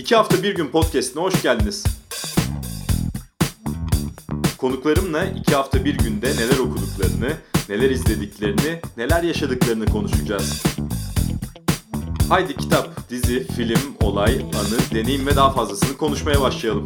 2 hafta bir gün podcast'ine hoş geldiniz. Konuklarımla 2 hafta bir günde neler okuduklarını, neler izlediklerini, neler yaşadıklarını konuşacağız. Haydi kitap, dizi, film, olay, anı, deneyim ve daha fazlasını konuşmaya başlayalım.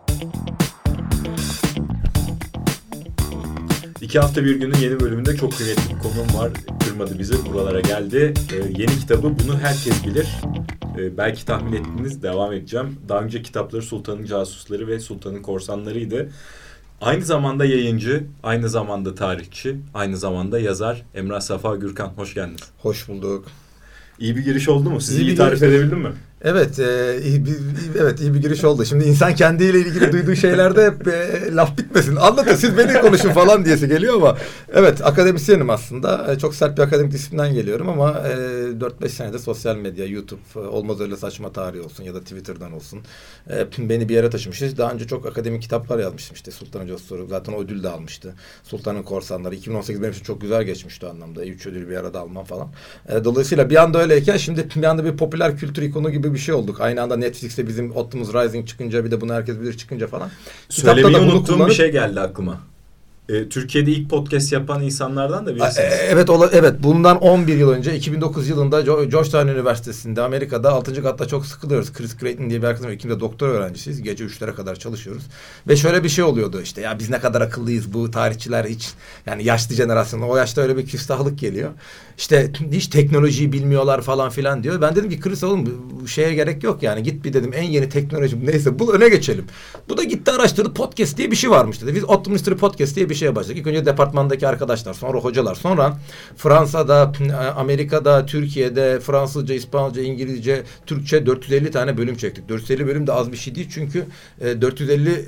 2 hafta bir günün yeni bölümünde çok kıymetli bir konuğum var. Kırmadı bizi, buralara geldi. Yeni kitabı Bunu Herkes Bilir. Belki tahmin ettiniz, devam edeceğim. Daha önce kitapları Sultan'ın Casusları ve Sultan'ın Korsanları'ydı. Aynı zamanda yayıncı, aynı zamanda tarihçi, aynı zamanda yazar Emrah Safa Gürkan. Hoş geldiniz. Hoş bulduk. İyi bir giriş oldu mu? Sizi iyi tarif edebildim mi? Evet, iyi bir giriş oldu. Şimdi insan kendiyle ilgili duyduğu şeylerde hep laf bitmesin. Anlatın, siz beni konuşun falan diyesi geliyor ama evet, akademisyenim aslında. Çok sert bir akademik disiplinden geliyorum ama 4-5 senede sosyal medya, YouTube, olmaz öyle saçma tarih olsun ya da Twitter'dan olsun. Beni bir yere taşımışız. Daha önce çok akademik kitaplar yazmıştım işte. Sultan'ın Casusları zaten o ödül de almıştı. Sultan'ın Korsanları 2018 benim için çok güzel geçmişti o anlamda. 3 ödülü bir arada almam falan. Dolayısıyla bir anda öyleyken şimdi bir anda bir popüler kültür ikonu gibi bir şey olduk. Aynı anda Netflix'te bizim Optimus Rising çıkınca, bir de Bunu Herkes Bilir çıkınca falan. Söylemeyi unuttuğum bir şey geldi aklıma. Türkiye'de ilk podcast yapan insanlardan da birisiniz. Evet, bundan 11 yıl önce 2009 yılında Georgetown Üniversitesi'nde Amerika'da 6. katta çok sıkılıyoruz. Chris Creighton diye bir arkadaşım var. İkimiz de doktora öğrencisiyiz. Gece 3'lere kadar çalışıyoruz. Ve şöyle bir şey oluyordu işte, ya biz ne kadar akıllıyız, bu tarihçiler hiç, yani yaşlı jenerasyon, o yaşta öyle bir küstahlık geliyor. İşte hiç teknolojiyi bilmiyorlar falan filan diyor. Ben dedim ki Chris, oğlum bu şeye gerek yok yani. Git bir dedim, en yeni teknoloji neyse bu öne geçelim. Bu da gitti araştırdı, podcast diye bir şey varmış dedi. Biz Optimus Podcast diye bir şeye başladık. İlk önce departmandaki arkadaşlar, sonra hocalar, sonra Fransa'da, Amerika'da, Türkiye'de Fransızca, İspanyolca, İngilizce, Türkçe 450 tane bölüm çektik. 450 bölüm de az bir şey değil çünkü 450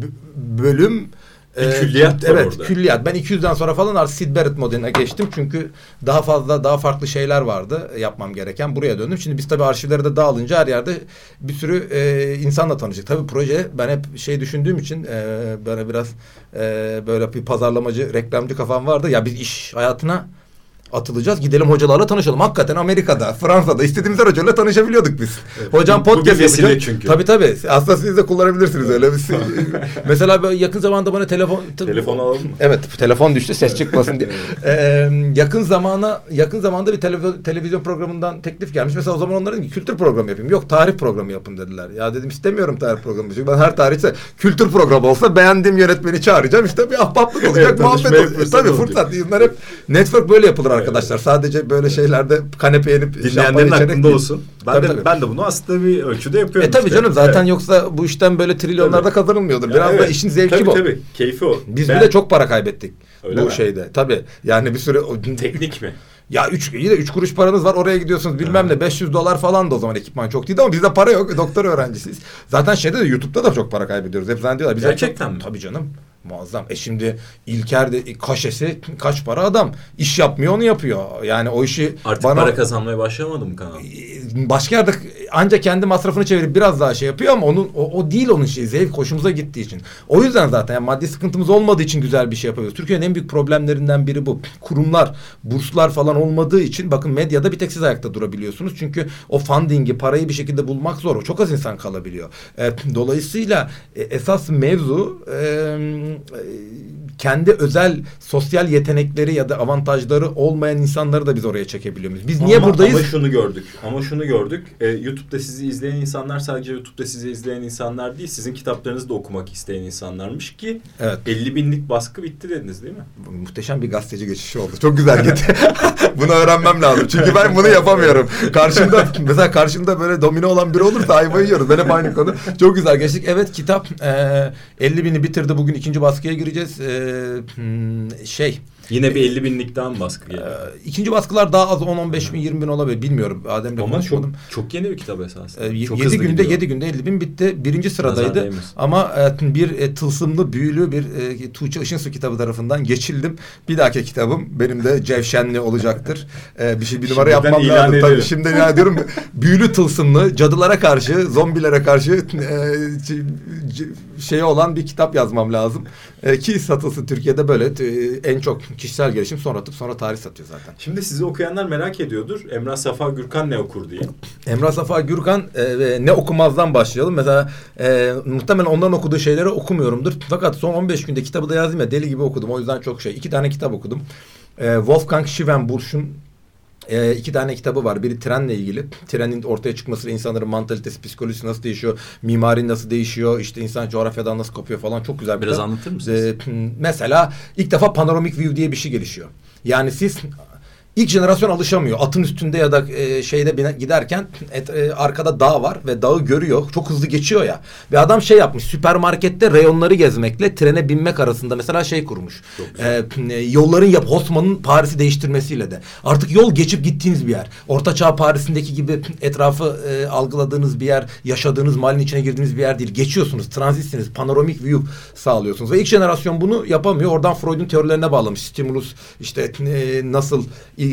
bölüm külliyat evet, orada. Külliyat. Ben 200'den sonra falan Sid Barrett modeline geçtim. Çünkü daha farklı şeyler vardı yapmam gereken. Buraya döndüm. Şimdi biz tabii arşivleri de dağılınca her yerde bir sürü insanla tanıştık. Tabii proje, ben hep düşündüğüm için böyle biraz böyle bir pazarlamacı, reklamcı kafam vardı. Ya biz iş hayatına atılacağız. Gidelim hocalarla tanışalım. Hakikaten Amerika'da, Fransa'da istediğimiz her hocayla tanışabiliyorduk biz. Evet, hocam podcast yapacak. Çünkü. Tabii. Aslında siz de kullanabilirsiniz öyle bir şey. Mesela yakın zamanda bana telefon alalım mı? Evet, telefon düştü ses çıkmasın diye. Yakın zamanda bir televizyon programından teklif gelmiş. Mesela o zaman onların dedim ki kültür programı yapayım. Yok, tarih programı yapın dediler. Ya dedim, istemiyorum tarih programı. Çünkü ben her tarihse kültür programı olsa beğendiğim yönetmeni çağıracağım. İşte bir ahbaplık olacak, evet, muhabbet olacak. Tabii fırsat. Bunlar hep network böyle yapılır arkadaşlar. Sadece böyle şeylerde kanepeye inip dinleyenlerin aklında olsun. Ben de bunu aslında bir ölçüde yapıyorum. Tabii işte. Canım zaten, evet. Yoksa bu işten böyle trilyonlarda kazanılmıyordur. Biraz evet. Da işin zevki bu. Tabii. Keyfi o. Biz bile çok para kaybettik öyle bu mi? Şeyde. Tabii. Yani bir süre teknik mi? Ya 3 kuruş paranız var, oraya gidiyorsunuz bilmem ne, $500 falan da o zaman ekipman çok değildi ama bizde para yok, doktor öğrencisiyiz. Zaten şeyde de YouTube'da da çok para kaybediyoruz. Hep zannediyorlar. Gerçekten mi? Tabii canım. Muazzam. Şimdi İlker de kaşesi kaç para adam. İş yapmıyor, onu yapıyor. Yani o işi artık para kazanmaya başlamadı mı kanal? Başka yerde ancak kendi masrafını çevirip biraz daha şey yapıyor ama o değil onun şeyi. Zevk hoşumuza gittiği için. O yüzden zaten yani maddi sıkıntımız olmadığı için güzel bir şey yapıyoruz. Türkiye'nin en büyük problemlerinden biri bu. Kurumlar, burslar falan olmadığı için bakın medyada bir tek siz ayakta durabiliyorsunuz. Çünkü o funding'i, parayı bir şekilde bulmak zor. Çok az insan kalabiliyor. Dolayısıyla esas mevzu kendi özel sosyal yetenekleri ya da avantajları olmayan insanları da biz oraya çekebiliyoruz. Biz niye buradayız? Ama şunu gördük. YouTube'da sizi izleyen insanlar sadece YouTube'da sizi izleyen insanlar değil, sizin kitaplarınızı da okumak isteyen insanlarmış ki evet. 50 binlik baskı bitti dediniz değil mi? Muhteşem bir gazeteci geçişi oldu. Çok güzel gitti. Bunu öğrenmem lazım. Çünkü ben bunu yapamıyorum. Karşımda böyle domino olan biri olursa ayvayı yiyoruz. Ben hep aynı konu. Çok güzel geçtik. Evet, kitap 50 bini bitirdi. Bugün 2. baskıya gireceğiz. Yine bir 50 binlikten baskı geliyor. İkinci baskılar daha az 10-15 bin 20 bin olabilir. Bilmiyorum. Adem'le konuşmadım. Çok yeni bir kitap esasında. 7 günde 50 bin bitti. Birinci sıradaydı. Ama bir tılsımlı, büyülü bir Tuğçe Işınsu kitabı tarafından geçildim. Bir dahaki kitabım benim de Cevşenli olacaktır. Bir numara yapmam lazım. Tabii. Şimdi ya diyorum, büyülü, tılsımlı, cadılara karşı, zombilere karşı olan bir kitap yazmam lazım. Ki satılsın Türkiye'de böyle en çok kişisel gelişim, sonra tıp, sonra tarih satıyor zaten. Şimdi sizi okuyanlar merak ediyordur. Emrah Safa Gürkan ne okur diye. Emrah Safa Gürkan ne okumazdan başlayalım. Mesela muhtemelen ondan okuduğu şeyleri okumuyorumdur. Fakat son 15 günde kitabı da yazdım ya, deli gibi okudum. O yüzden çok 2 tane kitap okudum. Wolfgang Schievenbusch'un 2 tane kitabı var. Biri trenle ilgili. Trenin ortaya çıkması ve insanların mantalitesi, psikolojisi nasıl değişiyor, mimari nasıl değişiyor, işte insan coğrafyadan nasıl kopuyor falan, çok güzel bir Biraz kitap. anlatır mısınız? Mesela ilk defa panoramic view diye bir şey gelişiyor. Yani siz İlk jenerasyon alışamıyor. Atın üstünde ya da şeyde giderken arkada dağ var ve dağı görüyor. Çok hızlı geçiyor ya. Ve adam şey yapmış. Süpermarkette reyonları gezmekle trene binmek arasında mesela şey kurmuş. Yolların Haussmann'ın Paris'i değiştirmesiyle de. Artık yol geçip gittiğiniz bir yer. Ortaçağ Paris'indeki gibi etrafı algıladığınız bir yer, yaşadığınız, mahallin içine girdiğiniz bir yer değil. Geçiyorsunuz, transitsiniz, panoramik view sağlıyorsunuz. Ve ilk jenerasyon bunu yapamıyor. Oradan Freud'un teorilerine bağlamış. Stimulus, işte nasıl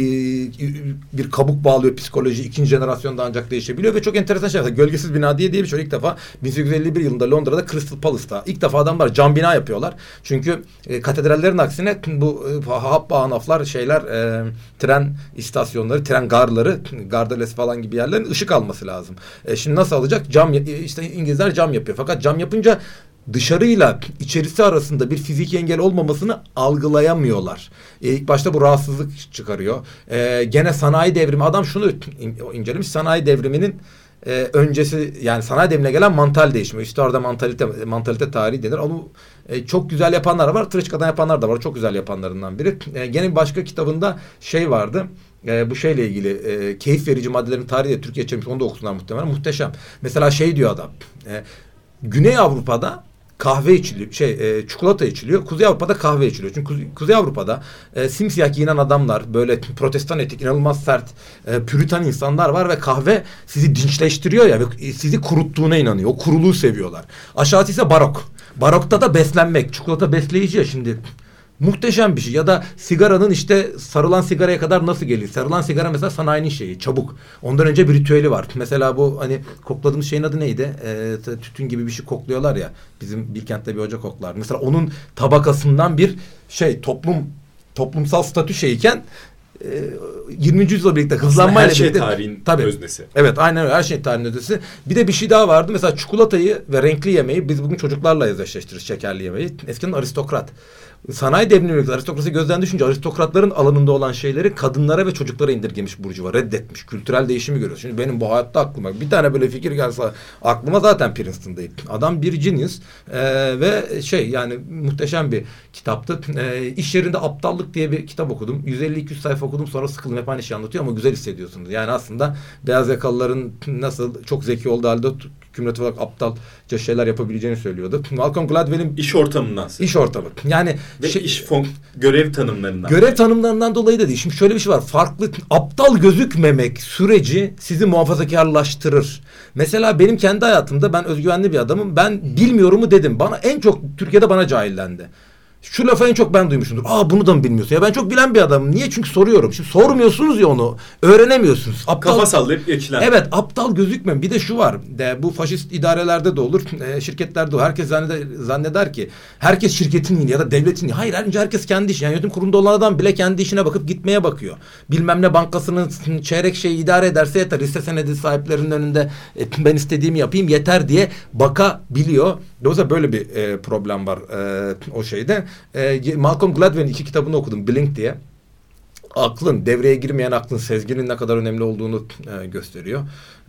bir kabuk bağlıyor psikoloji, ikinci jenerasyonda ancak değişebiliyor ve çok enteresan şeyler. Gölgesiz Bina diye bir şey ilk defa 1851 yılında Londra'da Crystal Palace'ta ilk defa adamlar cam bina yapıyorlar. Çünkü katedrallerin aksine bu habba anaflar şeyler tren istasyonları, tren garları, Gardelesi falan gibi yerlerin ışık alması lazım. Şimdi nasıl alacak? Cam, işte İngilizler cam yapıyor. Fakat cam yapınca dışarıyla içerisi arasında bir fiziki engel olmamasını algılayamıyorlar. İlk başta bu rahatsızlık çıkarıyor. Gene sanayi devrimi, adam şunu incelemiş, sanayi devriminin öncesi, yani sanayi devrimine gelen mantal değişimi. İşte orada mantalite tarihi denir. Onu çok güzel yapanlar var. Tırışkadan yapanlar da var. Çok güzel yapanlarından biri. Gene bir başka kitabında şey vardı. Bu şeyle ilgili keyif verici maddelerin tarihi de Türkiye çevirmiş. Onu da okusunlar muhtemelen. Muhteşem. Mesela şey diyor adam. Güney Avrupa'da kahve içiliyor, çikolata içiliyor. Kuzey Avrupa'da kahve içiliyor. Çünkü Kuzey Avrupa'da simsiyah giyinen adamlar, böyle protestan etik, inanılmaz sert, püritan insanlar var ve kahve sizi dinçleştiriyor ya ve sizi kuruttuğuna inanıyor. O kuruluğu seviyorlar. Aşağısı ise barok. Barokta da beslenmek. Çikolata besleyici ya şimdi. Muhteşem bir şey. Ya da sigaranın işte sarılan sigaraya kadar nasıl geliyor? Sarılan sigara mesela sanayinin şeyi, çabuk. Ondan önce bir ritüeli var. Mesela bu hani kokladığımız şeyin adı neydi? Tütün gibi bir şey kokluyorlar ya. Bizim Bilkent'te bir hoca koklar. Mesela onun tabakasından bir şey, toplumsal statü şeyken 20. yüzyıla birlikte hızlanmayla her şey birlikte tarihin öznesi. Evet, aynen öyle, her şey tarihin öznesi. Bir de bir şey daha vardı. Mesela çikolatayı ve renkli yemeği biz bugün çocuklarla özdeşleştiririz, şekerli yemeği. Eskiden aristokrat. Sanayi devrimi aristokrasi gözden düşünce aristokratların alanında olan şeyleri kadınlara ve çocuklara indirgemiş burjuva, reddetmiş. Kültürel değişimi görüyoruz. Şimdi benim bu hayatta aklıma bir tane böyle fikir gelse aklıma zaten Princeton'dayım. Adam bir genius ve yani muhteşem bir kitaptı. İş yerinde aptallık diye bir kitap okudum. 150-200 sayfa okudum, sonra sıkıldım. Hep aynı şey anlatıyor ama güzel hissediyorsunuz. Yani aslında beyaz yakalıların nasıl çok zeki olduğu halde kümülatif olarak aptalca şeyler yapabileceğini söylüyordu. Malcolm Gladwell'in iş ortamından. İş ortamı. Yani ve görev tanımlarından. Görev tanımlarından dolayı da değil. Şimdi şöyle bir şey var. Farklı, aptal gözükmemek süreci sizi muhafazakarlaştırır. Mesela benim kendi hayatımda, ben özgüvenli bir adamım. Ben bilmiyorumu dedim. Türkiye'de bana cahillendi. Şu lafı en çok ben duymuşumdur. Bunu da mı bilmiyorsun? Ya ben çok bilen bir adamım. Niye? Çünkü soruyorum. Şimdi sormuyorsunuz ya onu. Öğrenemiyorsunuz. Kafa sallayıp geçilen. Evet, aptal gözükmem. Bir de şu var. Bu faşist idarelerde de olur. Şirketlerde de olur. Herkes zanneder ki herkes şirketin ya da devletin. Hayır, herkes kendi işi. Yani yönetim kurulunda olan adam bile kendi işine bakıp gitmeye bakıyor. Bilmem ne bankasının çeyrek şeyi idare ederse yeter. Hisse senedi sahiplerinin önünde ben istediğimi yapayım yeter diye bakabiliyor. Dolayısıyla böyle bir problem var o şeyde. Malcolm Gladwell'in 2 kitabını okudum. Blink diye. Devreye girmeyen aklın, sezginin ne kadar önemli olduğunu gösteriyor.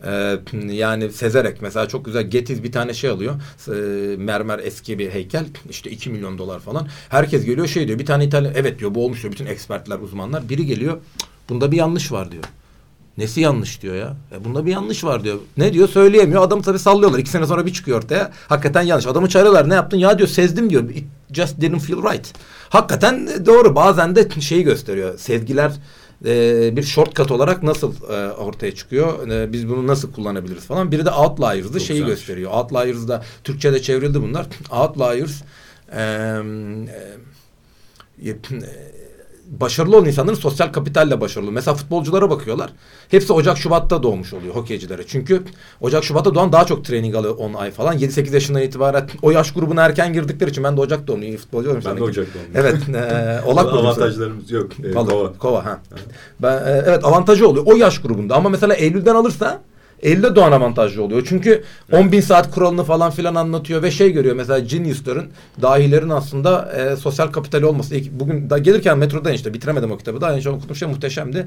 Yani sezerek mesela çok güzel, Getty bir tane şey alıyor. Mermer eski bir heykel. İşte 2 milyon dolar falan. Herkes geliyor diyor. Bir tane İtalyan, evet diyor, bu olmuş diyor. Bütün ekspertler, uzmanlar. Biri geliyor. Bunda bir yanlış var diyor. Nesi yanlış diyor ya? Bunda bir yanlış var diyor. Ne diyor? Söyleyemiyor. Adamı tabii sallıyorlar. 2 sene sonra bir çıkıyor ortaya. Hakikaten yanlış. Adamı çağırıyorlar. Ne yaptın? Ya diyor, sezdim diyor. It just didn't feel right. Hakikaten doğru. Bazen de şeyi gösteriyor. Sezgiler bir shortcut olarak nasıl ortaya çıkıyor? Biz bunu nasıl kullanabiliriz falan. Biri de Outliers'dı. Şeyi gösteriyor. Outliers'da Türkçe'de çevrildi bunlar. Outliers başarılı olan insanların sosyal kapitalle başarılı. Mesela futbolculara bakıyorlar. Hepsi Ocak Şubat'ta doğmuş oluyor hokeycilere. Çünkü Ocak Şubat'ta doğan daha çok training alıyor 10 ay falan. 7-8 yaşından itibaren o yaş grubuna erken girdikleri için ben de Ocak doğumluyum. Futbolcu olurum. Ben de Ocak doğumluyum. Evet. Oğlak burcu. Avantajlarımız yok. Kova. Ha. Evet, avantajı oluyor o yaş grubunda. Ama mesela Eylül'den alırsa Eylül'de doğan avantajlı oluyor. Çünkü 10.000 saat kuralını falan filan anlatıyor ve görüyor. Mesela genius'ların, dahilerin aslında sosyal kapitali olması. Bugün da gelirken metrodan işte bitiremedim o kitabı. Daha önce okudum, muhteşemdi.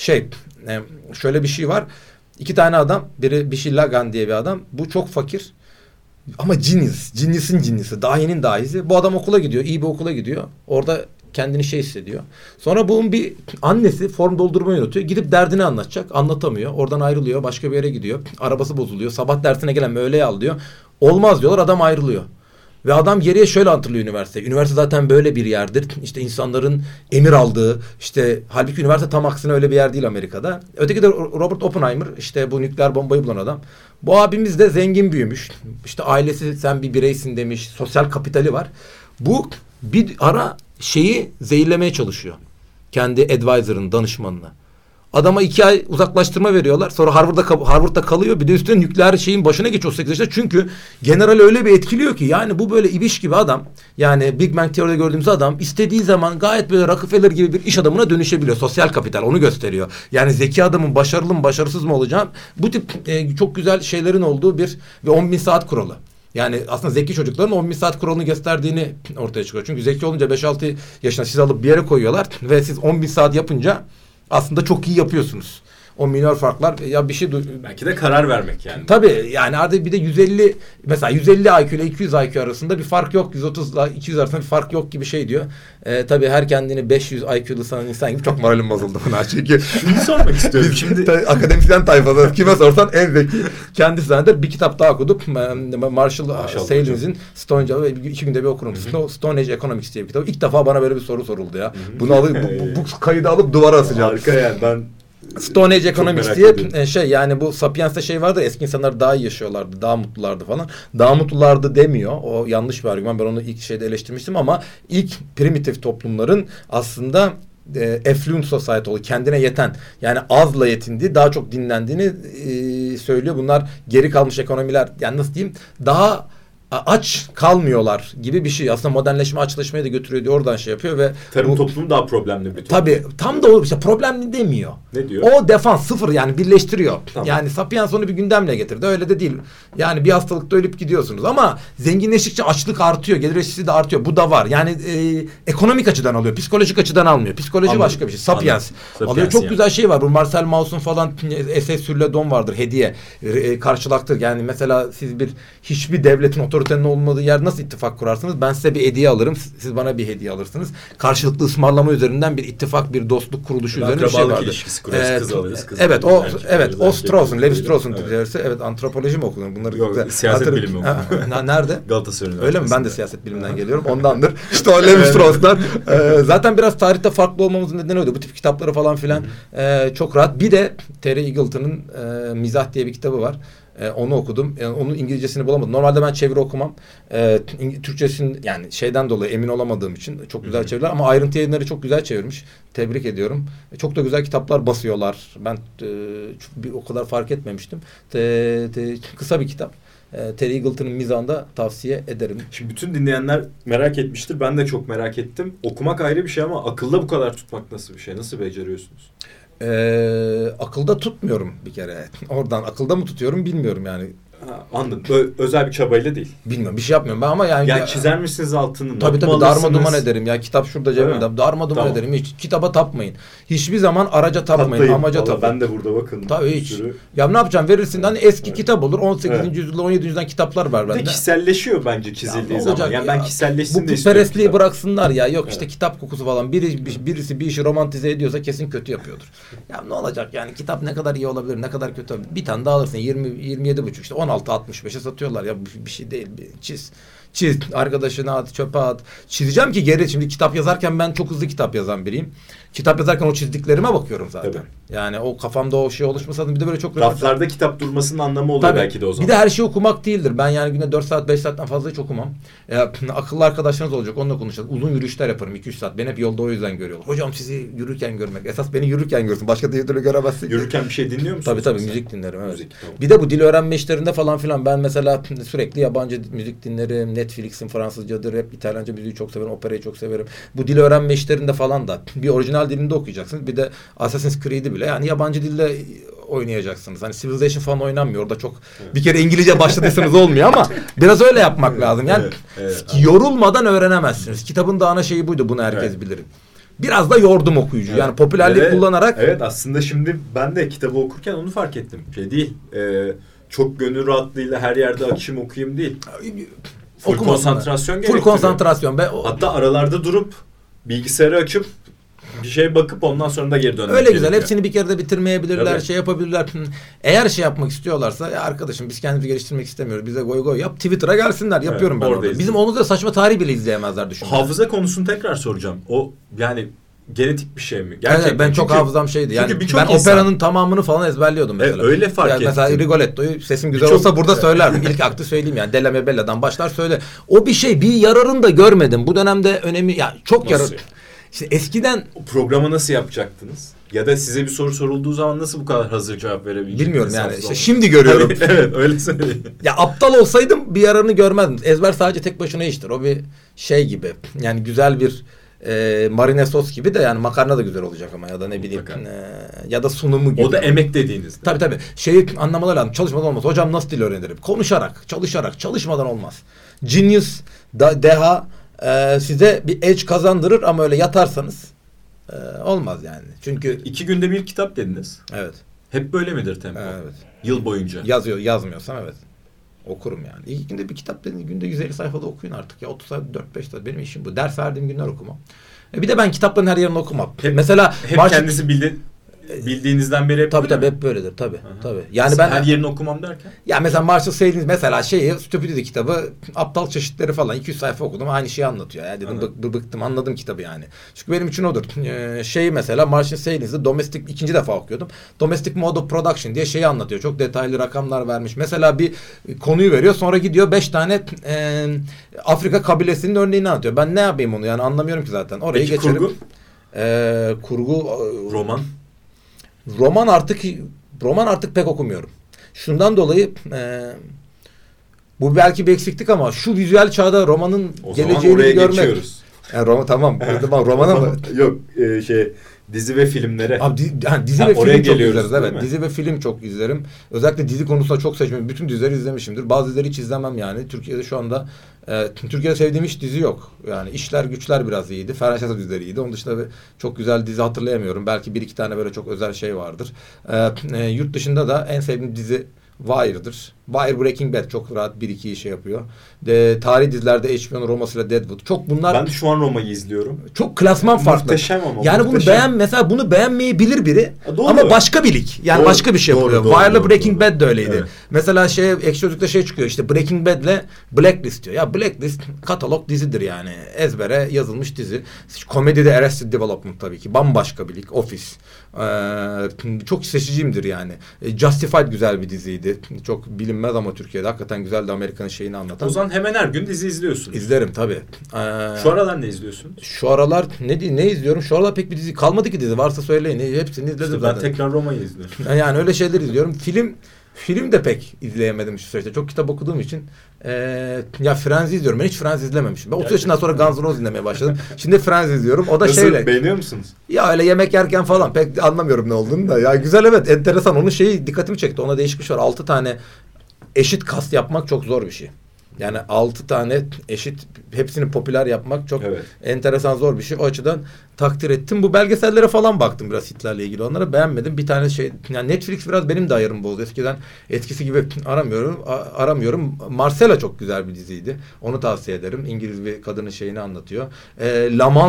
Şöyle bir şey var. 2 tane adam, biri Bishi Lagan diye bir adam. Bu çok fakir. Ama genius'ın genius'ı, dahinin dahisi. Bu adam okula gidiyor, iyi bir okula gidiyor. Orada kendini hissediyor. Sonra bunun bir annesi form doldurmayı unutuyor. Gidip derdini anlatacak. Anlatamıyor. Oradan ayrılıyor. Başka bir yere gidiyor. Arabası bozuluyor. Sabah dersine gelen öğleye al diyor. Olmaz diyorlar. Adam ayrılıyor. Ve adam geriye şöyle hatırlıyor üniversiteyi. Üniversite zaten böyle bir yerdir. İşte insanların emir aldığı, halbuki üniversite tam aksine öyle bir yer değil Amerika'da. Öteki de Robert Oppenheimer, bu nükleer bombayı bulan adam. Bu abimiz de zengin büyümüş. Ailesi sen bir bireysin demiş. Sosyal kapitali var. Bu bir ara zehirlemeye çalışıyor. Kendi advisor'ın, danışmanına. Adama 2 ay uzaklaştırma veriyorlar. Sonra Harvard'da kalıyor. Bir de üstüne nükleer başına geçiyor 8 yaşında. Çünkü general öyle bir etkiliyor ki. Yani bu böyle ibiş gibi adam. Yani Big Bang Theory'de gördüğümüz adam istediği zaman gayet böyle Rockefeller gibi bir iş adamına dönüşebiliyor. Sosyal kapital onu gösteriyor. Yani zeki adamın başarılı mı başarısız mı olacağım. Bu tip çok güzel şeylerin olduğu ve 10.000 saat kuralı. Yani aslında zeki çocukların 10.000 saat kuralını gösterdiğini ortaya çıkıyor. Çünkü zeki olunca 5-6 yaşında sizi alıp bir yere koyuyorlar ve siz 10.000 saat yapınca aslında çok iyi yapıyorsunuz. O minor farklar ya bir şey... Belki de karar vermek yani. Tabii yani artık bir de 150 mesela 150 IQ ile 200 IQ arasında bir fark yok. 130 ile 200 arasında bir fark yok gibi diyor. Tabii her kendini 500 IQ'lu sanan insan gibi çok moralim bozuldu buna. Çünkü şunu sormak istiyorum. Şimdi akademisyen tayfada kime sorsan en zeki kendisi zanneder. Bir kitap daha okuduk. Marshall Sales'in Stone Age'ı 2 günde bir okurum. Stone Age Economics diye bir kitap. İlk defa bana böyle bir soru soruldu ya. Bunu alıp bu kaydı alıp duvara asacağım. Harika yani ben Stone Age Economics diye yani bu Sapiens'te vardı, eski insanlar daha iyi yaşıyorlardı, daha mutlulardı falan. Daha mutlulardı demiyor. O yanlış bir argüman. Ben onu ilk eleştirmiştim ama ilk primitif toplumların aslında affluent society oluyor. Kendine yeten, yani azla yetindiği, daha çok dinlendiğini söylüyor. Bunlar geri kalmış ekonomiler, yani nasıl diyeyim, daha aç kalmıyorlar gibi bir şey. Aslında modernleşme açlaşmaya da götürüyor diyor. Oradan yapıyor ve tarım toplumu daha problemli bir toplum. Tabii tam da o problemli demiyor. Ne diyor? O defans sıfır, yani birleştiriyor. Tamam. Yani Sapiens onu bir gündemle getirdi. Öyle de değil. Yani bir hastalıkta ölüp gidiyorsunuz ama zenginleştikçe açlık artıyor. Gelir eşitliği de artıyor. Bu da var. Yani ekonomik açıdan alıyor. Psikolojik açıdan almıyor. Psikoloji anladım. Başka bir şey. Sapiens alıyor. Çok güzel şey var. Bu Marcel Mauss'un falan Essai sur le don vardır. Hediye. Karşılaktır. Yani mesela siz hiçbir devletin otoritenin olmadığı yer nasıl ittifak kurarsınız? Ben size bir hediye alırım. Siz bana bir hediye alırsınız. Karşılıklı ısmarlama üzerinden bir ittifak, bir dostluk kuruluşu üzerine bir şey vardı. İlişkisi kurarız, kız alırız. Kız evet, alırız, o Strauss'un, Levi Strauss'un dersi. Evet, antropoloji mi okudun? Bunları yok, siyaset bilimi okudum. Nerede? Galatasaray Üniversitesi'nde. Öyle mi? Ben de siyaset biliminden geliyorum. Ondandır. İşte o Levi Strauss'lar. Zaten biraz tarihte farklı olmamızın nedeni oydu. Bu tip kitapları falan filan çok rahat. Bir de Terry Eagleton'ın Mizah diye bir kitabı var. Onu okudum. Onun İngilizcesini bulamadım. Normalde ben çeviri okumam. Türkçesini yani dolayı emin olamadığım için çok güzel çeviriler ama ayrıntı yayınları çok güzel çevirmiş. Tebrik ediyorum. Çok da güzel kitaplar basıyorlar. Ben o kadar fark etmemiştim. Kısa bir kitap. Terry Eagleton'ın Mizah'ında tavsiye ederim. Şimdi bütün dinleyenler merak etmiştir. Ben de çok merak ettim. Okumak ayrı bir şey ama akılda bu kadar tutmak nasıl bir şey? Nasıl beceriyorsunuz? Akılda tutmuyorum bir kere. Oradan akılda mı tutuyorum bilmiyorum yani. Anladım. Özel bir çabayla değil. Bilmiyorum, bir şey yapmıyorum ben ama yani. Yani çizer misiniz altını? Tabii darma duman ederim. Ya kitap şurada cebimde. Darma duman ederim. Hiç kitaba tapmayın. Hiçbir zaman araca tapmayın. Amaca tapmayın. Ben de burada bakın. Tabii hiç. Ya ne yapacağım? Verirsin hani eski kitap olur. 18. yüzyılda 17. yüzyıldan kitaplar var bende. Bir de kişiselleşiyor bence çizildiği zaman. Yani ben kişiselleşsin de istiyorum. Bu perestliği bıraksınlar ya. Yok işte kitap kokusu falan. Birisi bir işi romantize ediyorsa kesin kötü yapıyordur. Ya ne olacak yani, kitap ne kadar iyi olabilir, ne kadar kötü olabilir. Bir tane daha alırsın 27,5 işte 16.65'e satıyorlar. Ya bir şey değil. Çiz. Arkadaşına at, çöpe at. Çizeceğim ki geri. Şimdi kitap yazarken ben çok hızlı kitap yazan biriyim. Kitap yazarken o çizdiklerime bakıyorum zaten. Tabii. Yani o kafamda o şey oluşmasa bir de böyle çok... Raflarda kitap durmasının anlamı oluyor belki de o zaman. Bir de her şeyi okumak değildir. Ben yani günde 4 saat 5 saatten fazla hiç okumam. Akıllı arkadaşlarınız olacak, onunla konuşacağız. Uzun yürüyüşler yaparım 2-3 saat. Beni hep yolda o yüzden görüyorlar. Hocam sizi yürürken görmek. Esas beni yürürken görsün. Başka türlü göremezsin. Yürürken bir şey dinliyor musun? Tabii müzik dinlerim. Evet. Müzik, tamam. Bir de bu dil öğrenme işlerinde falan filan. Ben mesela sürekli yabancı müzik dinlerim. Netflix'in Fransızcadır. Hep İtalyanca müziği çok severim. Operayı çok severim. Bu dil öğrenme işlerinde falan da bir orijinal dilinde okuyacaksınız. Bir de Assassin's Creed'i bile yani yabancı dilde oynayacaksınız. Hani Civilization falan oynanmıyor. Orada çok bir kere İngilizce başladıysanız olmuyor ama biraz öyle yapmak lazım. Yani yorulmadan öğrenemezsiniz. Kitabın da ana şeyi buydu. Bunu herkes bilir. Biraz da yordum okuyucu. Yani popülerlik kullanarak. Evet, aslında şimdi ben de kitabı okurken onu fark ettim. Şey değil. Çok gönül rahatlığıyla her yerde akışım okuyayım değil. Full konsantrasyon gerektiriyor. Full konsantrasyon. Hatta aralarda durup bilgisayarı açıp bir şeye bakıp ondan sonra da geri dönmek öyle güzel. gerekiyor. Hepsini bir kere de bitirmeyebilirler. Tabii. Şey yapabilirler. Eğer şey yapmak istiyorlarsa ya arkadaşım biz kendimizi geliştirmek istemiyoruz. Bize goy yap. Twitter'a gelsinler. Yapıyorum ben orada. Bizim omuzda saçma tarih bile izleyemezler düşün. Hafıza konusunu tekrar soracağım. O yani genetik bir şey mi? Gerçekten. Evet, ben çok hafızam şeydi. Yani ben insan... operanın tamamını falan ezberliyordum mesela. Öyle fark ettim. Mesela Rigoletto'yu sesim güzel olsa burada söylerdim. İlk aktı söyleyeyim yani. Della Mia Bella'dan başlar söyle. O bir şey. Bir yararını da görmedim. Bu dönemde önemi ya çok yarar. İşte eskiden programı nasıl yapacaktınız? Ya da size bir soru sorulduğu zaman nasıl bu kadar hazır cevap verebilecektiniz? Bilmiyorum yani. İşte şimdi görüyorum. Evet, öyle söyleyeyim. Ya aptal olsaydım bir yararını görmezdim. Ezber sadece tek başına iştir. O bir şey gibi. Yani güzel bir marine sos gibi de yani makarna da güzel olacak ama ya da ne bileyim ya da sunumu gibi. O da emek dediğinizde. Tabii. Şeyi anlamaları lazım. Çalışmadan olmaz. Hocam nasıl dil öğrenirim? Konuşarak, çalışarak, çalışmadan olmaz. Genius, deha size bir edge kazandırır ama öyle yatarsanız olmaz yani. Çünkü 2 günde bir kitap dediniz. Evet. Hep böyle midir tempo? Evet. Yıl boyunca. Yazmıyorsam evet. Okurum yani. İlk günde bir kitap dediğin günde 150 sayfada okuyun artık ya. 30 sayfa 4-5 sayfa. Benim işim bu. Ders verdiğim günler okumam. Bir de ben kitapların her yerini okumam. Mesela kendisi bildiğinizden beri hep tabii hep böyledir tabii. Yani ben her yerini okumam derken. Ya mesela Marshall Sahlins mesela Stupidity kitabı aptal çeşitleri falan 200 sayfa okudum aynı şeyi anlatıyor. Yani dedim bıktım anladım kitabı yani. Çünkü benim için odur. Mesela Marshall Sahlins'i ikinci defa okuyordum. Domestic Mode of Production diye şeyi anlatıyor. Çok detaylı rakamlar vermiş. Mesela bir konuyu veriyor sonra gidiyor 5 tane Afrika kabilesinin örneğini anlatıyor. Ben ne yapayım onu yani anlamıyorum ki zaten. Orayı geçerim. Kurgu? Kurgu roman. Roman artık pek okumuyorum. Şundan dolayı bu belki bir eksiklik ama şu vizüel çağda romanın geleceğini görmek. Yani tamam. Romana mı? Yok dizi ve filmlere. Abi, dizi ve film çok izleriz. Evet. Dizi ve film çok izlerim. Özellikle dizi konusunda çok seçmem. Bütün dizileri izlemişimdir. Bazı dizileri hiç izlemem yani. Türkiye'de şu anda Türkiye'de sevdiğim hiç dizi yok. Yani İşler Güçler biraz iyiydi. Ferhan Şahsat dizileri iyiydi. Onun dışında çok güzel dizi hatırlayamıyorum. Belki 1-2 tane böyle çok özel şey vardır. Yurt dışında da en sevdiğim dizi Wire'dır. Wire, Breaking Bad çok rahat 1-2 şey yapıyor. Tarihi dizilerde HBO'nun Roma'sıyla Deadwood. Çok bunlar. Ben de şu an Roma'yı izliyorum. Çok klasman farklı. Muhteşem ama. Yani mesela bunu beğenmeyebilir biri. Ama başka bir lig. Yani başka bir şey yapıyor. Wire'la Breaking Bad de öyleydi. Evet. Mesela Ekşi Sözlük'te çıkıyor işte Breaking Bad'le Blacklist diyor. Ya Blacklist katalog dizidir yani. Ezbere yazılmış dizi. Komedide Arrested Development tabii ki. Bambaşka bir lig. Office. Çok seçiciyimdir yani. Justified güzel bir diziydi. Çok bilinmez ama Türkiye'de hakikaten güzeldi, Amerika'nın şeyini anlatan. O zaman hemen her gün dizi izliyorsun. İzlerim tabii. Şu aralar ne izliyorsun? Şu aralar ne izliyorum? Şu aralar pek bir dizi kalmadı ki dizi. Varsa söyleyin. Hepsini izledim işte zaten. Ben tekrar Roma'yı izliyorum. Yani öyle şeyler izliyorum. Film de pek izleyemedim şu süreçte. Çok kitap okuduğum için. Ya Friends izliyorum. Ben hiç Friends izlememişim. Ben 30 yaşından sonra Guns N' Roses dinlemeye başladım. Şimdi Friends izliyorum. O da Nasıl, beğeniyor musunuz? Ya öyle yemek yerken falan pek anlamıyorum ne olduğunu da. Ya güzel evet, enteresan. Onun dikkatimi çekti. Ona değişik bir şey var. 6 tane eşit kast yapmak çok zor bir şey. Yani 6 tane eşit, hepsini popüler yapmak çok enteresan, zor bir şey. O açıdan takdir ettim. Bu belgesellere falan baktım biraz, Hitler'le ilgili, onlara beğenmedim. Bir tane yani Netflix biraz benim de ayarım bozdu. Eskiden etkisi gibi aramıyorum. Marcella çok güzel bir diziydi. Onu tavsiye ederim. İngiliz bir kadının şeyini anlatıyor. Lamont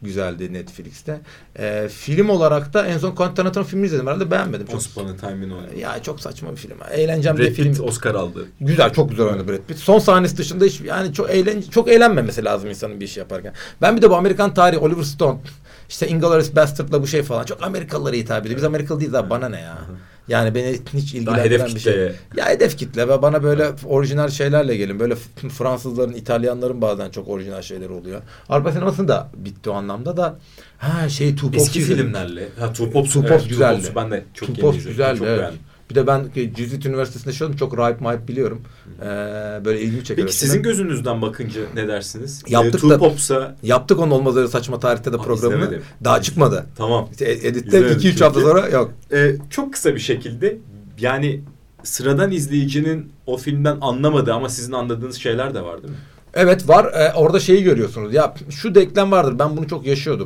güzeldi Netflix'te. Film olarak da en son Quentin Tarantino filmini izledim. Herhalde beğenmedim. Once Upon a Time in Hollywood. Ya çok saçma bir film. Eğleneceğim Brad diye film. Pitt Oscar aldı. Güzel, çok güzel oynadı Brad Pitt. Son sahnesi dışında hiç yani çok eğlenmemesi lazım insanın bir iş yaparken. Ben bir de bu Amerikan tarihi, Oliver Stone, işte Inglourious Basterds'la bu şey falan çok Amerikalılara hitap ediyor. Biz Amerikalı değiliz abi, bana ne ya. Yani beni hiç ilgilendiren bir şey. Ya hedef kitle ve bana böyle orijinal şeylerle gelin. Böyle Fransızların, İtalyanların bazen çok orijinal şeyleri oluyor. Avrupa sineması da bitti o anlamda da. Two Popes eski filmlerle. Two Popes güzeldi. Ben de çok Two Popes güzeldi. Çok evet. Bir de ben Jesuit Üniversitesi'nde çalıştım. Çok rahip mahip biliyorum. Böyle ilgimi çekiyor. Peki sizin gözünüzden bakınca ne dersiniz? Yaptık Two Popes'a... Yaptık onun olmaz öyle saçma tarihte de programını. İzlemedim. Daha çıkmadı. Tamam. İşte editte 2-3 hafta sonra yok. Çok kısa bir şekilde yani sıradan izleyicinin o filmden anlamadığı ama sizin anladığınız şeyler de var değil mi? Evet var. Orada şeyi görüyorsunuz. Ya şu denklem vardır. Ben bunu çok yaşıyordum.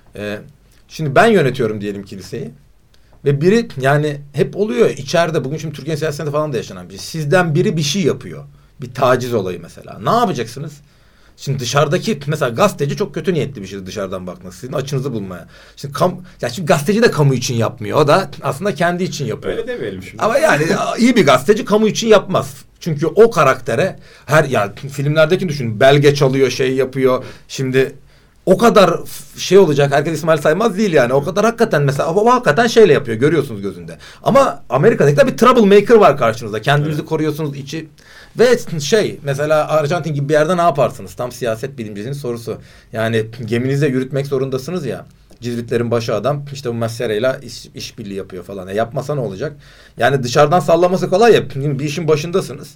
Şimdi ben yönetiyorum diyelim kiliseyi. Ve biri yani hep oluyor içeride. Bugün şimdi Türkiye siyasetinde falan da yaşanan bir şey. Sizden biri bir şey yapıyor. Bir taciz olayı mesela. Ne yapacaksınız? Şimdi dışarıdaki mesela gazeteci çok kötü niyetli bir şey dışarıdan baktığınız. Sizin açınızı bulmaya. Şimdi gazeteci de kamu için yapmıyor. O da aslında kendi için yapıyor. Öyle demeyelim şimdi. Ama yani iyi bir gazeteci kamu için yapmaz. Çünkü o karaktere filmlerdeki düşünün. Belge çalıyor, şey yapıyor. Şimdi o kadar şey olacak. Herkes İsmail Saymaz değil yani. O kadar hakikaten mesela o hakikaten şeyle yapıyor. Görüyorsunuz gözünde. Ama Amerika'da bir troublemaker var karşınızda. Kendinizi koruyorsunuz içi. Ve mesela Arjantin gibi bir yerde ne yaparsınız? Tam siyaset bilimcisinin sorusu. Yani geminizde yürütmek zorundasınız ya. Cizvitlerin başı adam işte bu meseleyle işbirliği yapıyor falan. Yapmasa ne olacak? Yani dışarıdan sallaması kolay ya. Bir işin başındasınız.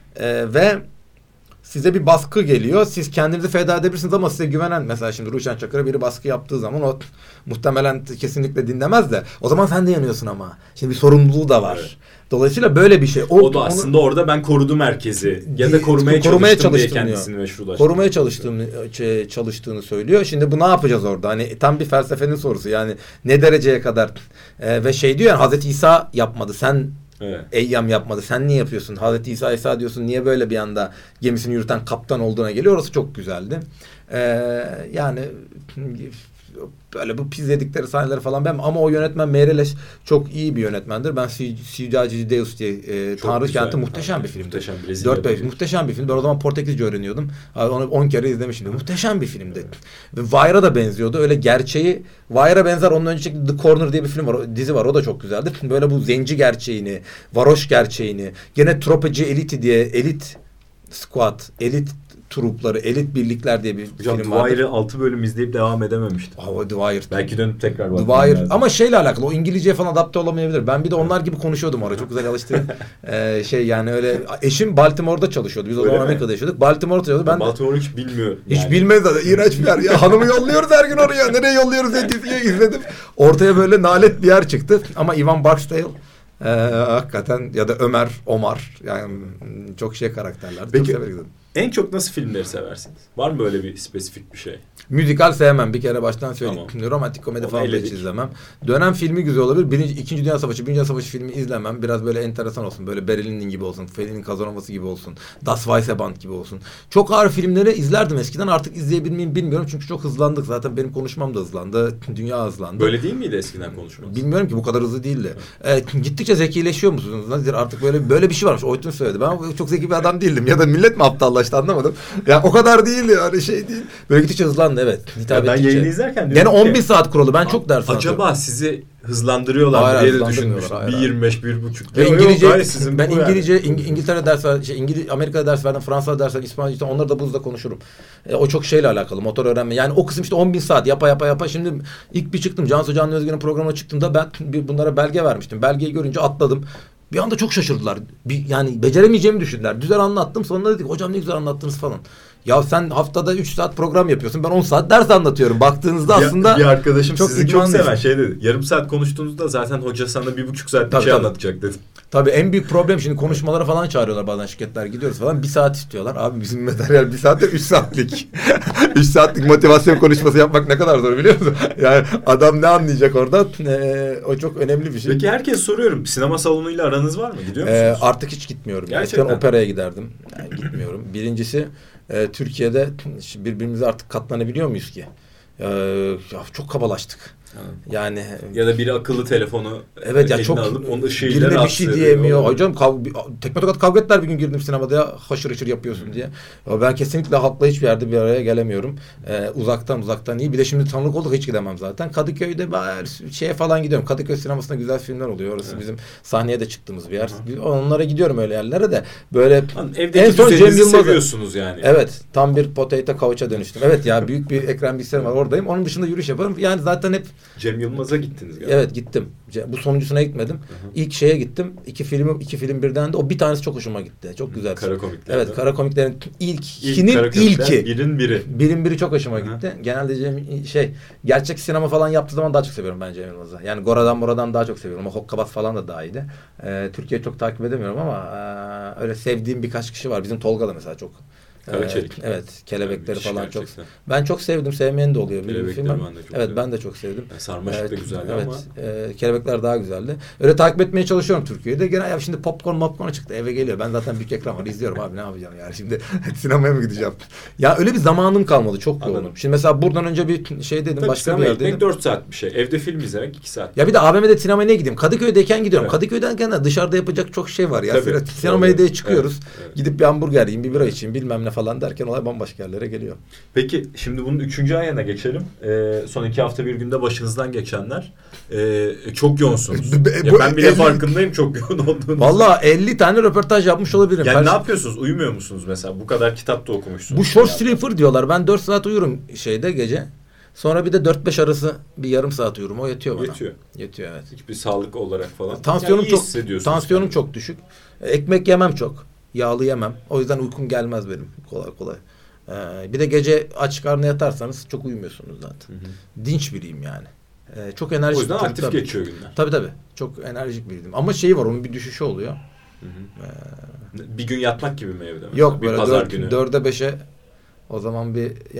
Ve size bir baskı geliyor. Siz kendinizi feda edebilirsiniz ama size güvenen mesela şimdi Ruşen Çakır'a biri baskı yaptığı zaman o muhtemelen kesinlikle dinlemez de o zaman sen de yanıyorsun ama. Şimdi bir sorumluluğu da var. Evet. Dolayısıyla böyle bir şey. O da aslında orada ben korudum herkesi ya da korumaya çalıştım diye kendisini meşrulaştırıyor. Korumaya çalıştığını söylüyor. Şimdi bu ne yapacağız orada? Hani tam bir felsefenin sorusu. Yani ne dereceye kadar ve diyor yani Hazreti İsa yapmadı. Sen Eyyam yapmadı. Sen niye yapıyorsun? Hazreti İsa diyorsun. Niye böyle bir anda gemisini yürüten kaptan olduğuna geliyor? Orası çok güzeldi. Yani böyle bu pis yedikleri sahneleri falan ben ama o yönetmen Meireles çok iyi bir yönetmendir. Ben Cidade de Deus diye Tanrı Kenti muhteşem bir filmdi. 4-5 muhteşem bir film. Ben o zaman Portekizce öğreniyordum. Onu 10 kere izlemiştim. Muhteşem bir filmdi. Ve Wire'a da benziyordu. Öyle gerçeği Wire'a benzer. Onun önceki The Corner diye bir film var. Dizi var. O da çok güzeldi. Böyle bu zenci gerçeğini, varoş gerçeğini, gene Tropeci Elite diye elit squad, elit trupları, elit birlikler diye bir film vardı. Wire'ı 6 bölüm izleyip devam edememiştim. The Wire. Belki dönüp tekrar The Wire. Ama şeyle alakalı. O İngilizceye falan adapte olamayabilir. Ben bir de onlar gibi konuşuyordum orada. Çok güzel alıştım. Yani öyle. Eşim Baltimore'da çalışıyordu. Biz o zaman Amerika'da yaşıyorduk. Baltimore'da çalışıyordu. Ben Baltimore'u hiç bilmiyorum. Hiç bilmez zaten. İğrenç bir yer. Ya hanımı yolluyoruz her gün oraya. Nereye yolluyoruz diye izledim. Ortaya böyle nalet bir yer çıktı. Ama Ivan Barksdale hakikaten ya da Omar yani çok karakterler. Peki en çok nasıl filmleri seversiniz? Var mı böyle bir spesifik bir şey? Müzikal sevmem. Bir kere baştan söyleyeyim. Tamam. Romantik komedi falan hiç izlemem. Dönem filmi güzel olabilir. İkinci Dünya Savaşı, Birinci Dünya Savaşı filmi izlemem. Biraz böyle enteresan olsun. Böyle Berlin'in gibi olsun. Fellini'nin Kazanova'sı gibi olsun. Das Weiße Band gibi olsun. Çok ağır filmleri izlerdim eskiden. Artık izleyebilir miyim bilmiyorum. Çünkü çok hızlandık. Zaten benim konuşmam da hızlandı. Dünya hızlandı. Böyle değil miydi eskiden konuşmanız? Bilmiyorum ki bu kadar hızlı değildi. Gittikçe zekileşiyor musunuz? Nedir? Artık böyle bir şey varmış. Oytun söyledi. Ben çok zeki bir adam değildim. Ya da millet mi aptallaştı anlamadım. Ya o kadar değil yani değil. Böyle gittikçe hızlandı evet. Ben yayını izlerken gene 11 saat kuralı. Ben çok ders anlatıyorum. Acaba sizi hızlandırıyorlar diye de düşünmüştüm. 1.25, 1.5. Ben İngilizce, İngiltere ders verdim, Amerika'da ders verdim, Fransa'da ders verdim, İspanyolca, onları da buzda konuşurum. O çok şeyle alakalı, motor öğrenme. Yani o kısım işte 10.000 saat yapa. Şimdi ilk bir çıktım, Cansu Canlı Özgür'ün programına çıktığımda ben bunlara belge vermiştim. Belgeyi görünce atladım. Bir anda çok şaşırdılar. Yani beceremeyeceğimi düşündüler. Güzel anlattım. Sonra dedik hocam ne güzel anlattınız falan. Ya sen haftada 3 saat program yapıyorsun. Ben 10 saat ders anlatıyorum. Baktığınızda aslında bir arkadaşım çok sizi çok seven dedi. Yarım saat konuştuğunuzda zaten hoca sana 1,5 saat bir şey anlatacak dedi. Tabii en büyük problem şimdi konuşmalara falan çağırıyorlar bazen şirketler gidiyoruz falan. 1 saat istiyorlar. Abi bizim materyal 1 saatte 3 saatlik. 3 saatlik motivasyon konuşması yapmak ne kadar zor biliyor musun? Yani adam ne anlayacak orada? O çok önemli bir şey. Peki herkes soruyorum. Sinema salonuyla aranız var mı? Gidiyor musunuz? Artık hiç gitmiyorum. Gerçekten operaya giderdim. Yani gitmiyorum. Birincisi Türkiye'de birbirimize artık katlanabiliyor muyuz ki? Çok kabalaştık. Yani ya da biri akıllı telefonu evet ya çok alıp onun ışığıyla birine bir şey diyemiyor. Olur. Hocam tekme tokat kavga ettiler bir gün girdim sinemada ya haşır haşır yapıyorsun diye. Ya ben kesinlikle halkla hiçbir yerde bir araya gelemiyorum. Uzaktan iyi. Bir de şimdi tanıdık olduk hiç gidemem zaten. Kadıköy'de şeye falan gidiyorum. Kadıköy sinemasında güzel filmler oluyor. Orası bizim sahneye de çıktığımız bir yer. Onlara gidiyorum öyle yerlere de. Böyle en son Cem Yılmaz'ı seviyorsunuz yani. Evet. Tam bir potato couch'a dönüştüm. Evet ya büyük bir ekran bilgisayarım var oradayım. Onun dışında yürüyüş yaparım. Yani zaten hep Cem Yılmaz'a gittiniz galiba. Evet gittim. Bu sonuncusuna gitmedim. İlk şeye gittim. İki film birden de o bir tanesi çok hoşuma gitti. Çok güzel. Kara komikler. Evet, kara komiklerin ilki. Birin biri çok hoşuma gitti. Genelde gerçek sinema falan yaptığı zaman daha çok seviyorum bence Cem Yılmaz'ı. Yani Gora'dan daha çok seviyorum. Ama Hokkabaz falan da daha iyiydi. Türkiye'yi çok takip edemiyorum ama öyle sevdiğim birkaç kişi var. Bizim Tolga da mesela çok. Evet, kelebekleri falan gerçekten. Ben çok sevdim. Sevmeyen de oluyor. Kelebekleri ben de çok sevdim. Ben de çok sevdim. Sarmaşık da güzeldi ama. Kelebekler daha güzeldi. Öyle takip etmeye çalışıyorum Türkiye'de. Gene ya şimdi popcorn çıktı. Eve geliyor. Ben zaten büyük ekran var. İzliyorum abi ne yapacağım yani. Şimdi sinemaya mı gideceğim? Ya öyle bir zamanım kalmadı. Çok yoğunum. Şimdi mesela buradan önce bir şey dedim. Tabii başka bir yerdeydim. 4 saat bir şey. Evde film izlemek 2 saat. Ya bir de AVM'de sinemaya gideyim? Kadıköy'deyken gidiyorum. Evet. Kadıköy'deyken de dışarıda yapacak çok şey var ya. Sinemaya diye çıkıyoruz. Evet. Gidip bir hamburger yiyeyim, bir bira içeyim bilmem ne falan derken olay bambaşka yerlere geliyor. Peki şimdi bunun 3. ayına geçelim. Son 2 hafta bir günde başınızdan geçenler. Çok yoğunsunuz. Ben bile farkındayım çok yoğun olduğunuzu. Valla 50 tane röportaj yapmış olabilirim. Yani ne yapıyorsunuz? Uyumuyor musunuz mesela? Bu kadar kitap da okumuşsunuz. Bu short sleeper diyorlar. Ben 4 saat uyurum gece. Sonra bir de 4-5 arası bir yarım saat uyurum. O yetiyor bana. Yetiyor evet. Hiçbir sağlık olarak falan. Tansiyonum çok düşük. Ekmek yemem çok. Yağlı yemem. O yüzden uykum gelmez benim kolay. Bir de gece aç karnına yatarsanız çok uyumuyorsunuz zaten. Dinç biriyim yani. Çok enerjik. O yüzden aktif geçiyor günler. Tabii. Çok enerjik biriyim. Ama şeyi var onun bir düşüşü oluyor. Bir gün yatmak gibi mi evde? Mesela? Yok böyle 4'e 5'e o zaman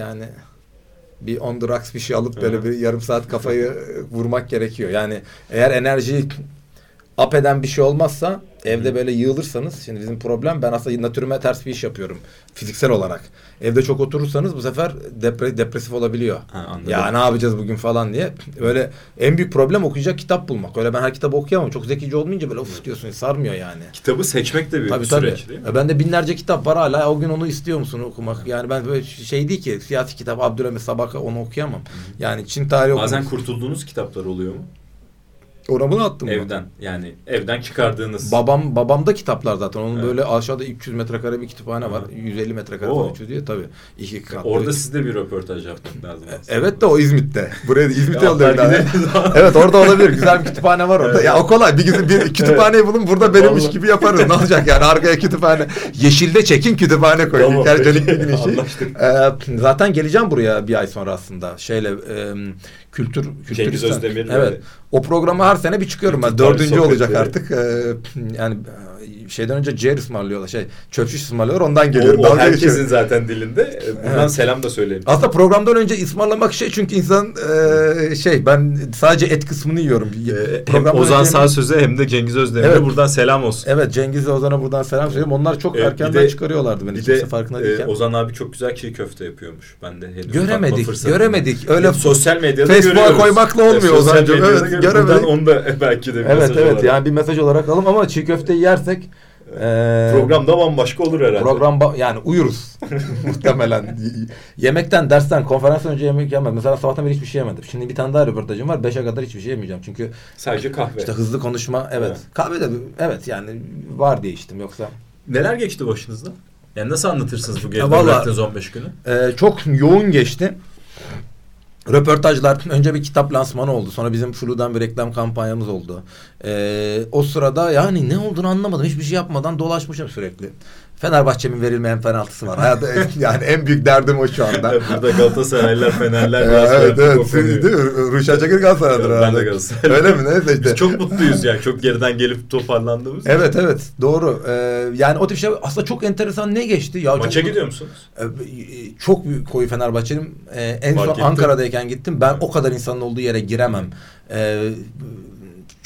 bir on the rocks bir şey alıp böyle bir yarım saat kafayı vurmak gerekiyor. Yani eğer enerjiyi up eden bir şey olmazsa evde böyle yığılırsanız şimdi bizim problem ben aslında natürüme ters bir iş yapıyorum fiziksel olarak. Evde çok oturursanız bu sefer depresif olabiliyor. Ya ne yapacağız bugün falan diye. Öyle en büyük problem okuyacak kitap bulmak. Öyle ben her kitabı okuyamam. Çok zekice olmayınca böyle diyorsun sarmıyor yani. Kitabı seçmek de bir süreç değil mi? Bende binlerce kitap var hala o gün onu istiyor musun okumak? Yani ben böyle şey değil ki siyasi kitap Abdülhamit Sabaka onu okuyamam. Yani Çin tarihi bazen kurtulduğunuz kitaplar oluyor mu? Ona bunu attım evden mı? Yani evden çıkardığınız. Babamda kitaplar zaten. Onun böyle aşağıda 300 metrekare bir kütüphane var. 150 metrekare falan 300 diye tabii. 2 katlı. Orada sizde bir röportaj yapmak lazım. Evet de o İzmit'te. Buraya İzmit'te oluyor. Evet orada olabilir. Güzel bir kütüphane var orada. Ya o kolay. Bir kütüphaneyi bulun burada benimmiş gibi yaparız. Ne olacak yani arkaya kütüphane. Yeşilde çekin kütüphane koyun. Tamam, İlkercelik bir gün işi. Zaten geleceğim buraya bir ay sonra aslında. Kültür Cengiz Özdemir. Evet. O programa her sene bir çıkıyorum ben. 4. olacak artık. Yani şeyden önce ciğer ısmarlıyorlar. Çöpçü ısmarlıyorlar. Ondan geliyorum. O herkesin zaten dilinde. Buradan selam da söyleyin. Aslında programdan önce ısmarlamak çünkü insan ben sadece et kısmını yiyorum. Hem Ozan Sağsöz'e hem de Cengiz Özdemir'e buradan selam olsun. Evet Cengiz ve Ozan'a buradan selam söyleyeyim. Onlar çok erkenden çıkarıyorlardı beni. Kimse farkında değilken. Ozan abi çok güzel çiğ köfte yapıyormuş. Ben de henüz göremedik. Öyle sosyal medyada Facebook'a koymakla olmuyor Ozan'cığım. Evet, göremedik. Onu da belki de bir mesaj olarak. Yani bir mesaj olarak alalım ama çiğ köfteyi yersek programda bambaşka olur herhalde. Yani uyuruz muhtemelen. Yemekten, dersten, konferanstan önce yemek yemem. Mesela sabahtan beri hiçbir şey yemedim. Şimdi bir tane daha röportajım var. 5'e kadar hiçbir şey yemeyeceğim. Çünkü sadece kahve. İşte hızlı konuşma. Evet. Kahve de yani var diye içtim yoksa. Neler geçti başınızda? Yani nasıl anlatırsınız bu geride bıraktığınız 15 günü? Çok yoğun geçti. Röportajlar, önce bir kitap lansmanı oldu. Sonra bizim Flu'dan bir reklam kampanyamız oldu. O sırada yani ne olduğunu anlamadım. Hiçbir şey yapmadan dolaşmışım sürekli. Fenerbahçe'min verilmeyen penaltısı var. Hayatta yani en büyük derdim o şu anda. Burada Galatasaraylılar, Fenerler. Evet. Siz değil mi? Ruşen Çakır Galatasaray'dır herhalde. Ben de Galatasaray. Öyle mi? Neyse işte. Biz çok mutluyuz yani. Çok geriden gelip toparlandığımız. Evet. Doğru. Yani o tip şey aslında çok enteresan ne geçti? Ya maça gidiyor musunuz? Çok büyük koyu Fenerbahçeliyim. En son Ankara'dayken gittim. Ben o kadar insanın olduğu yere giremem.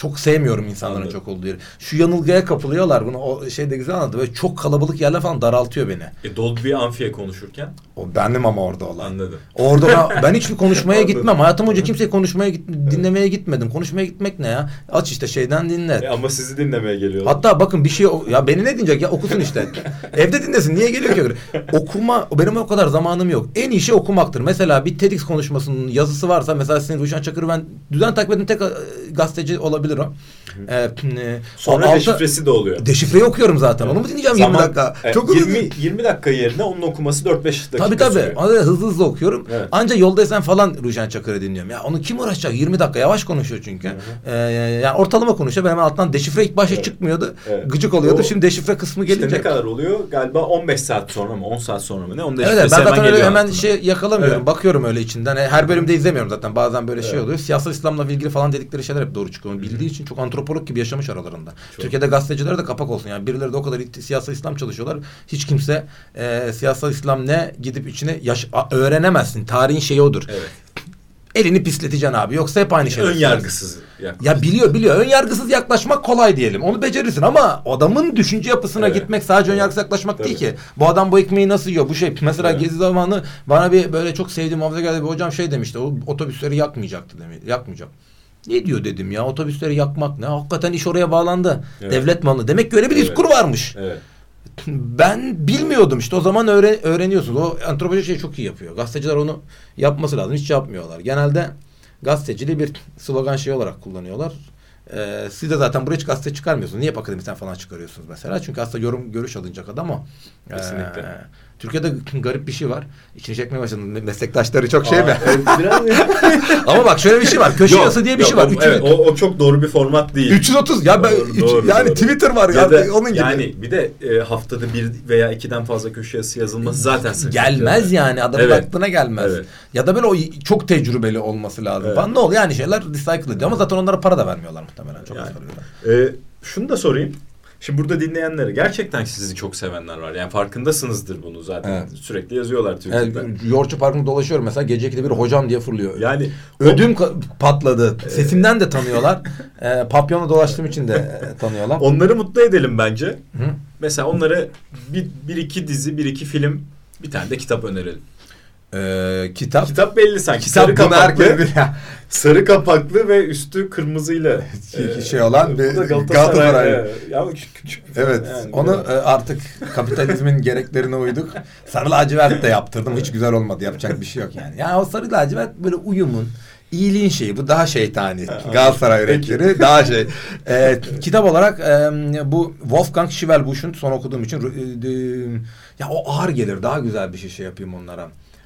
çok sevmiyorum insanların çok olduğu yeri. Şu yanılgıya kapılıyorlar. Bunu o şeyde güzel anladı. Böyle çok kalabalık yerler falan daraltıyor beni. Dolby Amfi'ye konuşurken? O bendim ama orada olan. Anladım. Orada ben hiçbir konuşmaya gitmem. Hayatım boyunca kimseye dinlemeye gitmedim. Konuşmaya gitmek ne ya? Aç işte şeyden dinle. Ama sizi dinlemeye geliyorlar. Hatta bakın bir şey ya beni ne dinleyecek ya okusun işte. Evde dinlesin. Niye geliyor ki? Okuma benim o kadar zamanım yok. En iyi şey okumaktır. Mesela bir TEDx konuşmasının yazısı varsa mesela sizin Ruşen Çakır'ı ben düzen takip ettiğim tek gazeteci olabilir o. Sonra deşifresi de oluyor. Deşifreyi okuyorum zaten. Onu mu dinleyeceğim 20 dakika? Çok 20 dakika yerine onun okuması 4-5 dakika tabii. sürüyor. Hızlı okuyorum. Evet. Anca yoldaysan falan Ruşen Çakır'ı dinliyorum. Ya onu kim uğraşacak? 20 dakika yavaş konuşuyor çünkü. Yani ortalama konuşuyor. Ben hemen alttan deşifre ilk başta çıkmıyordu. Evet. Gıcık oluyordu. Şimdi deşifre kısmı gelince. İşte ne kadar oluyor? Galiba 15 saat sonra mı? 10 saat sonra mı? Ne? Onun deşifresi ben zaten öyle hemen aklıma. Yakalamıyorum. Evet. Bakıyorum öyle içinden. Her bölümde izlemiyorum zaten. Bazen böyle şey oluyor. Siyasal İslam'la ilgili falan dedikleri şeyler hep doğru çıkıyor. Bildiği için çok antropolog gibi yaşamış aralarında. Çok. Türkiye'de gazetecilere de kapak olsun. Yani birileri de o kadar siyasal İslam çalışıyorlar. Hiç kimse siyasal İslam ne gidip içine öğrenemezsin. Tarihin şeyi odur. Evet. Elini pisleteceksin abi. Yoksa hep aynı şey. Ön yargısız yaklaşmak. Ya biliyor. Ön yargısız yaklaşmak kolay diyelim. Onu becerirsin ama adamın düşünce yapısına gitmek sadece ön yargısız yaklaşmak değil ki. Bu adam bu ekmeği nasıl yiyor? Bu şey. Mesela Gezi zamanı bana bir böyle çok sevdiğim muhafazakar bir hocam şey demişti. O otobüsleri yakmayacaktı demişti. Yakmayacak. Ne diyor dedim ya, otobüsleri yakmak ne? Hakikaten iş oraya bağlandı. Evet. Devlet malı. Demek ki öyle bir diskur varmış. Evet. Ben bilmiyordum işte o zaman öğreniyorsunuz. O antropoloji şeyi çok iyi yapıyor. Gazeteciler onu yapması lazım. Hiç yapmıyorlar. Genelde gazeteciliği bir slogan şey olarak kullanıyorlar. Siz de zaten buraya hiç gazete çıkarmıyorsunuz. Niye akademisyen falan çıkarıyorsunuz mesela? Çünkü aslında görüş alınacak adam o. Kesinlikle. Türkiye'de garip bir şey var. İçini çekmeye başladım. Meslektaşları çok şey mi? Biraz ama bak şöyle bir şey var. Köşe yazısı diye bir şey var. Evet, o çok doğru bir format değil. 330. Ya ben doğru. Twitter var ya da, onun gibi. Yani bir de haftada 1 veya 2'den fazla köşe yazısı yazılması zaten sıkıntı. Gelmez yani. Adamın aklına gelmez. Evet. Ya da böyle o çok tecrübeli olması lazım. Evet. Falan. Ne oluyor? Yani şeyler recycle ediyor ama zaten onlara para da vermiyorlar muhtemelen. Çok şunu da sorayım. Şimdi burada dinleyenlere gerçekten sizi çok sevenler var. Yani farkındasınızdır bunu zaten. Evet. Sürekli yazıyorlar Twitter'da. Yoğurtçu Parkı'nda dolaşıyorum mesela. Gece 2'de bir hocam diye fırlıyor. Yani ödüm patladı. Sesimden de tanıyorlar. Papyonla dolaştığım için de tanıyorlar. Onları mutlu edelim bence. Hı? Mesela onlara bir iki dizi, bir iki film, bir tane de kitap önerelim. Kitap belli sanki. Sarı kapaklı. Sarı kapaklı ve üstü kırmızıyla şey olan bir Galatasaray. Ya küçük. Evet. Yani, onu artık kapitalizmin gereklerine uyduk. Sarı lacivert de yaptırdım. Hiç güzel olmadı. Yapacak bir şey yok yani. Yani o sarı lacivert böyle uyumun, iyiliğin şeyi. Bu daha şeytani. Galatasaray renkleri daha şey. Kitap olarak bu Wolfgang Schwelbusch'un son okuduğum için ya o ağır gelir. Daha güzel bir şey yapayım onlara.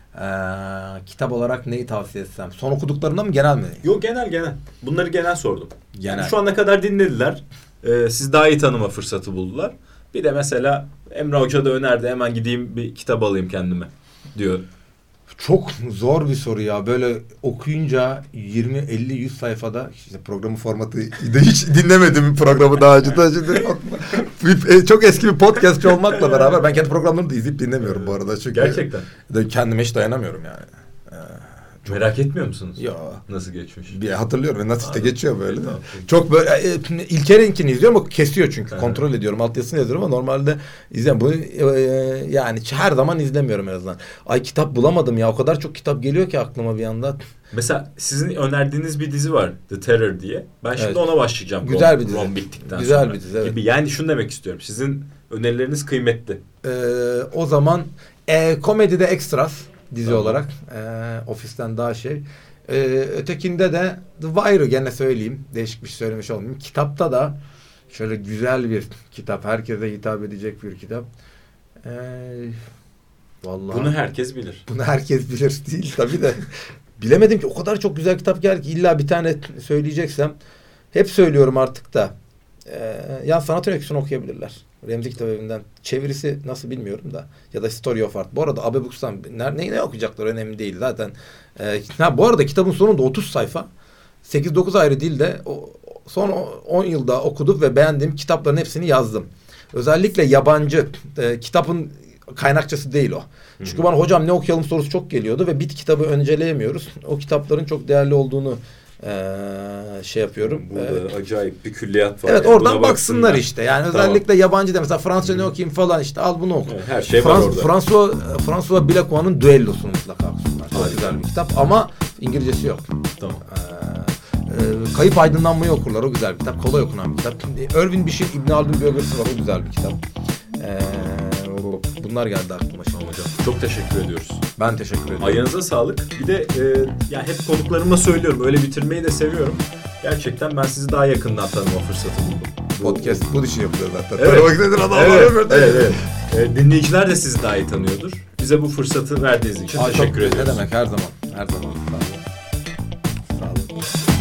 Kitap olarak neyi tavsiye etsem? Son okuduklarından mı genel mi? Yok genel. Bunları genel sordum. Genel. Şu ana kadar dinlediler. Siz daha iyi tanıma fırsatı buldular. Bir de mesela Emre Hoca da önerdi. Hemen gideyim bir kitap alayım kendime diyor. Çok zor bir soru ya. Böyle okuyunca 20, 50, 100 sayfada işte programın formatı hiç dinlemedim programı daha önce. Çok eski bir podcastçı olmakla beraber ben kendi programlarımı da izleyip dinlemiyorum bu arada. Çünkü gerçekten. Kendime hiç dayanamıyorum yani. Merak etmiyor musunuz? Yok. Nasıl geçmiş? Bir hatırlıyorum. Nasıl işte geçiyor böyle. Çok böyle İlker'inkini izliyorum ama kesiyor çünkü. Kontrol ediyorum. Altyazısını yazıyorum ama normalde izlem. Bu yani her zaman izlemiyorum en azından. Ay kitap bulamadım ya. O kadar çok kitap geliyor ki aklıma bir anda. Mesela sizin önerdiğiniz bir dizi var. The Terror diye. Ben şimdi ona başlayacağım. Güzel bir dizi. Ron bittikten güzel sonra. Bir dizi. Evet. Gibi. Yani şunu demek istiyorum. Sizin önerileriniz kıymetli. O zaman komedide Extras dizi olarak ofisten daha şey. Ötekinde de The Wire'ı gene söyleyeyim. Değişik bir şey söylemiş olmayayım. Kitapta da şöyle güzel bir kitap. Herkese hitap edecek bir kitap. Vallahi bunu herkes bilir. Bunu herkes bilir değil tabii de. Bilemedim ki o kadar çok güzel kitap geldi ki illa bir tane söyleyeceksem hep söylüyorum artık da. Ya sanat öyküsünü okuyabilirler. Remzi Kitabevi'nden. Çevirisi nasıl bilmiyorum da. Ya da Story of Art. Bu arada Abe Books'tan ne okuyacaklar önemli değil zaten. Bu arada kitabın sonunda 30 sayfa. 8-9 ayrı dilde son 10 yılda okudum ve beğendiğim kitapların hepsini yazdım. Özellikle yabancı kitabın kaynakçası değil o. Çünkü bana hocam ne okuyalım sorusu çok geliyordu ve bir kitabı önceleyemiyoruz. O kitapların çok değerli olduğunu şey yapıyorum. Burada acayip bir külliyat var. Evet, yani oradan baksınlar işte. Yani tamam. özellikle yabancı da mesela Fransızca ne okuyayım falan, işte al bunu oku. Evet, her şey var orada. François Bilekoua'nın Düellosunu mutlaka okusunlar. Çok güzel bir kitap ama İngilizcesi yok. Tamam. Kayıp Aydınlanmayı okurlar. O güzel bir kitap. Kolay okunan bir kitap. Irving Bish'in İbn Haldun biyografisi var. O güzel bir kitap. Bunlar geldi aklıma şimdi. Tamam hocam. Çok teşekkür ediyoruz. Ben teşekkür ederim. Ayağınıza sağlık. Bir de ya hep konuklarıma söylüyorum. Öyle bitirmeyi de seviyorum. Gerçekten ben sizi daha yakından tanıma fırsatı buldum. Podcast bu için yapılıyor zaten. Evet. Evet. Dinleyiciler de sizi daha iyi tanıyordur. Bize bu fırsatı verdiğiniz için teşekkür ediyoruz. Ne demek, her zaman. Her zaman. Sağ olun. Sağ olun.